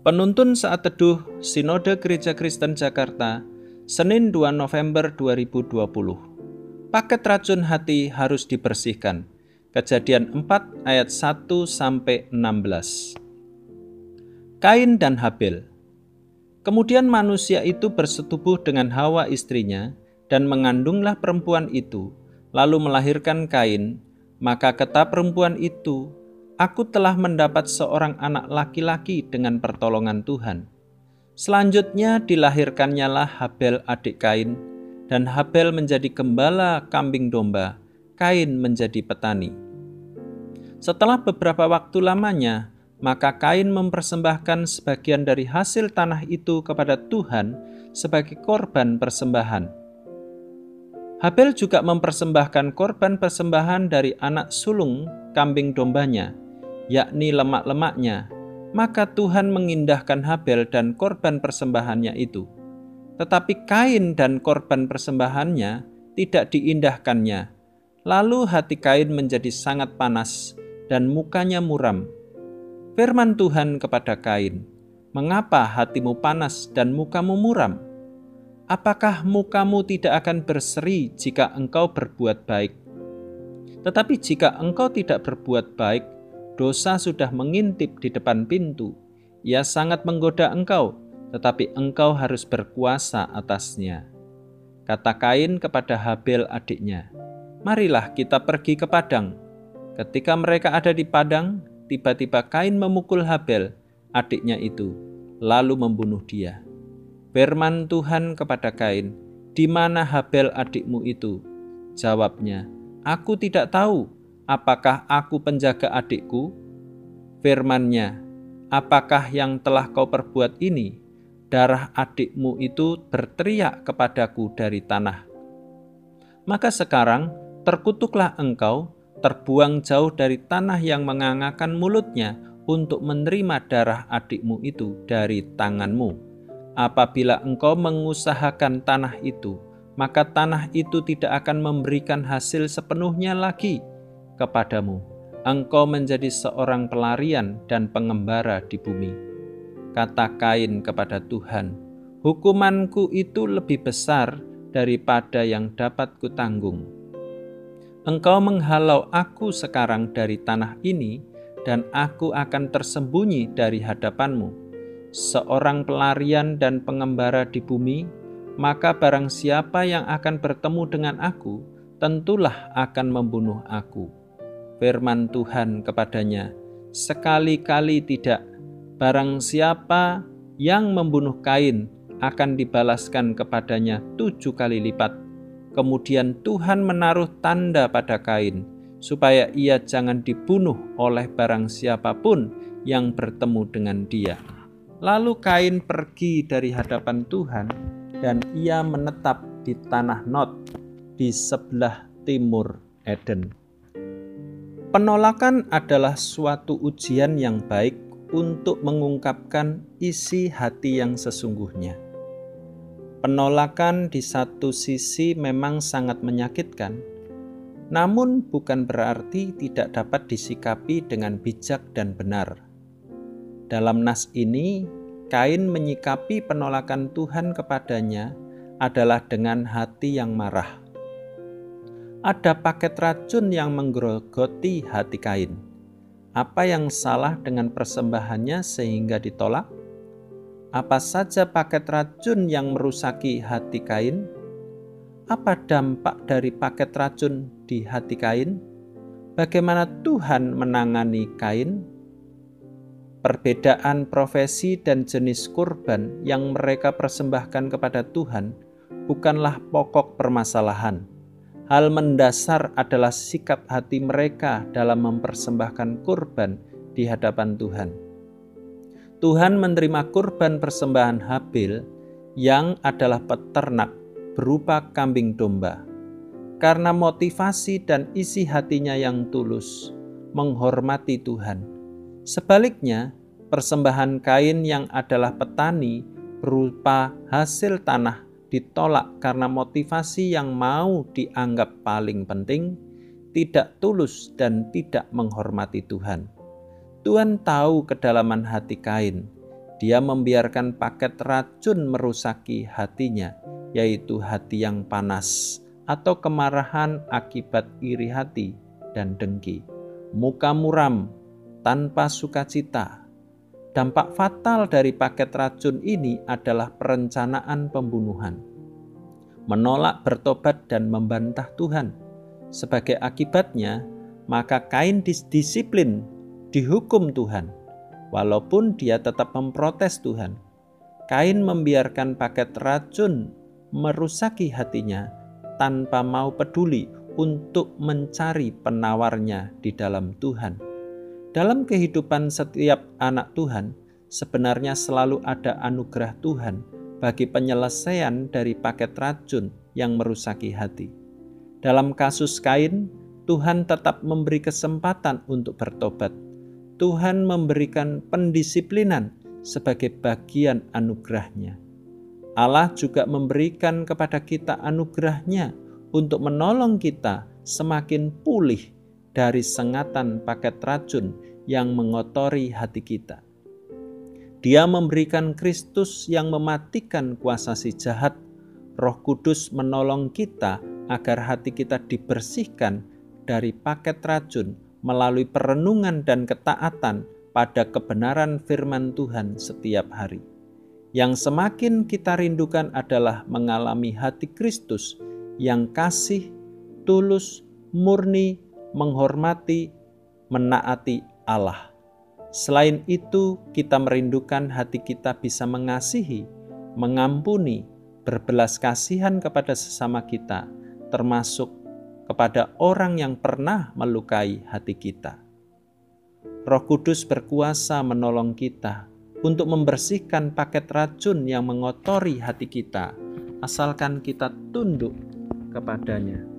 Penuntun Saat Teduh Sinode Gereja Kristen Jakarta, Senin 2 November 2020. Paket racun hati harus dibersihkan. Kejadian 4 ayat 1-16. Kain dan Habel. Kemudian manusia itu bersetubuh dengan Hawa istrinya, dan mengandunglah perempuan itu, lalu melahirkan Kain. Maka kata perempuan itu, "Aku telah mendapat seorang anak laki-laki dengan pertolongan Tuhan." Selanjutnya dilahirkannya lah Habel adik Kain, dan Habel menjadi gembala kambing domba, Kain menjadi petani. Setelah beberapa waktu lamanya, maka Kain mempersembahkan sebagian dari hasil tanah itu kepada Tuhan sebagai korban persembahan. Habel juga mempersembahkan korban persembahan dari anak sulung kambing dombanya, yakni lemak-lemaknya. Maka Tuhan mengindahkan Habel dan korban persembahannya itu. Tetapi Kain dan korban persembahannya tidak diindahkannya. Lalu hati Kain menjadi sangat panas dan mukanya muram. Firman Tuhan kepada Kain, "Mengapa hatimu panas dan mukamu muram? Apakah mukamu tidak akan berseri jika engkau berbuat baik? Tetapi jika engkau tidak berbuat baik, dosa sudah mengintip di depan pintu. Ia sangat menggoda engkau, tetapi engkau harus berkuasa atasnya." Kata Kain kepada Habel adiknya, "Marilah kita pergi ke padang." Ketika mereka ada di padang, tiba-tiba Kain memukul Habel, adiknya itu, lalu membunuh dia. Firman Tuhan kepada Kain, "Di mana Habel adikmu itu?" Jawabnya, "Aku tidak tahu. Apakah aku penjaga adikku?" Firman-Nya, "Apakah yang telah kau perbuat ini? Darah adikmu itu berteriak kepadaku dari tanah. Maka sekarang terkutuklah engkau, terbuang jauh dari tanah yang mengangakan mulutnya untuk menerima darah adikmu itu dari tanganmu. Apabila engkau mengusahakan tanah itu, maka tanah itu tidak akan memberikan hasil sepenuhnya lagi kepadamu. Engkau menjadi seorang pelarian dan pengembara di bumi." Kata Kain kepada Tuhan, "Hukumanku itu lebih besar daripada yang dapat kutanggung. Engkau menghalau aku sekarang dari tanah ini, dan aku akan tersembunyi dari hadapanmu. Seorang pelarian dan pengembara di bumi, maka barang siapa yang akan bertemu dengan aku, tentulah akan membunuh aku." Firman Tuhan kepadanya, "Sekali-kali tidak. Barang siapa yang membunuh Kain akan dibalaskan kepadanya 7 kali lipat." Kemudian Tuhan menaruh tanda pada Kain, supaya ia jangan dibunuh oleh barang siapapun yang bertemu dengan dia. Lalu Kain pergi dari hadapan Tuhan, dan ia menetap di tanah Nod di sebelah timur Eden. Penolakan adalah suatu ujian yang baik untuk mengungkapkan isi hati yang sesungguhnya. Penolakan di satu sisi memang sangat menyakitkan, namun bukan berarti tidak dapat disikapi dengan bijak dan benar. Dalam nas ini, Kain menyikapi penolakan Tuhan kepadanya adalah dengan hati yang marah. Ada paket racun yang menggerogoti hati Kain. Apa yang salah dengan persembahannya sehingga ditolak? Apa saja paket racun yang merusaki hati Kain? Apa dampak dari paket racun di hati Kain? Bagaimana Tuhan menangani Kain? Perbedaan profesi dan jenis kurban yang mereka persembahkan kepada Tuhan bukanlah pokok permasalahan. Hal mendasar adalah sikap hati mereka dalam mempersembahkan kurban di hadapan Tuhan. Tuhan menerima kurban persembahan Habel yang adalah peternak berupa kambing domba, karena motivasi dan isi hatinya yang tulus menghormati Tuhan. Sebaliknya, persembahan Kain yang adalah petani berupa hasil tanah ditolak karena motivasi yang mau dianggap paling penting, tidak tulus dan tidak menghormati Tuhan. Tuhan tahu kedalaman hati Kain. Dia membiarkan paket racun merusaki hatinya, yaitu hati yang panas atau kemarahan akibat iri hati dan dengki, muka muram tanpa sukacita. Dampak fatal dari paket racun ini adalah perencanaan pembunuhan, menolak bertobat dan membantah Tuhan. Sebagai akibatnya, maka Kain disiplin, dihukum Tuhan. Walaupun dia tetap memprotes Tuhan, Kain membiarkan paket racun merusaki hatinya tanpa mau peduli untuk mencari penawarnya di dalam Tuhan. Dalam kehidupan setiap anak Tuhan, sebenarnya selalu ada anugerah Tuhan bagi penyelesaian dari paket racun yang merusaki hati. Dalam kasus Kain, Tuhan tetap memberi kesempatan untuk bertobat. Tuhan memberikan pendisiplinan sebagai bagian anugerah-Nya. Allah juga memberikan kepada kita anugerah-Nya untuk menolong kita semakin pulih dari sengatan paket racun yang mengotori hati kita. Dia memberikan Kristus yang mematikan kuasa si jahat. Roh Kudus menolong kita agar hati kita dibersihkan dari paket racun melalui perenungan dan ketaatan pada kebenaran firman Tuhan setiap hari. Yang semakin kita rindukan adalah mengalami hati Kristus yang kasih, tulus, murni, menghormati, menaati Allah. Selain itu, kita merindukan hati kita bisa mengasihi, mengampuni, berbelas kasihan kepada sesama kita, termasuk kepada orang yang pernah melukai hati kita. Roh Kudus berkuasa menolong kita untuk membersihkan paket racun yang mengotori hati kita, asalkan kita tunduk kepadanya.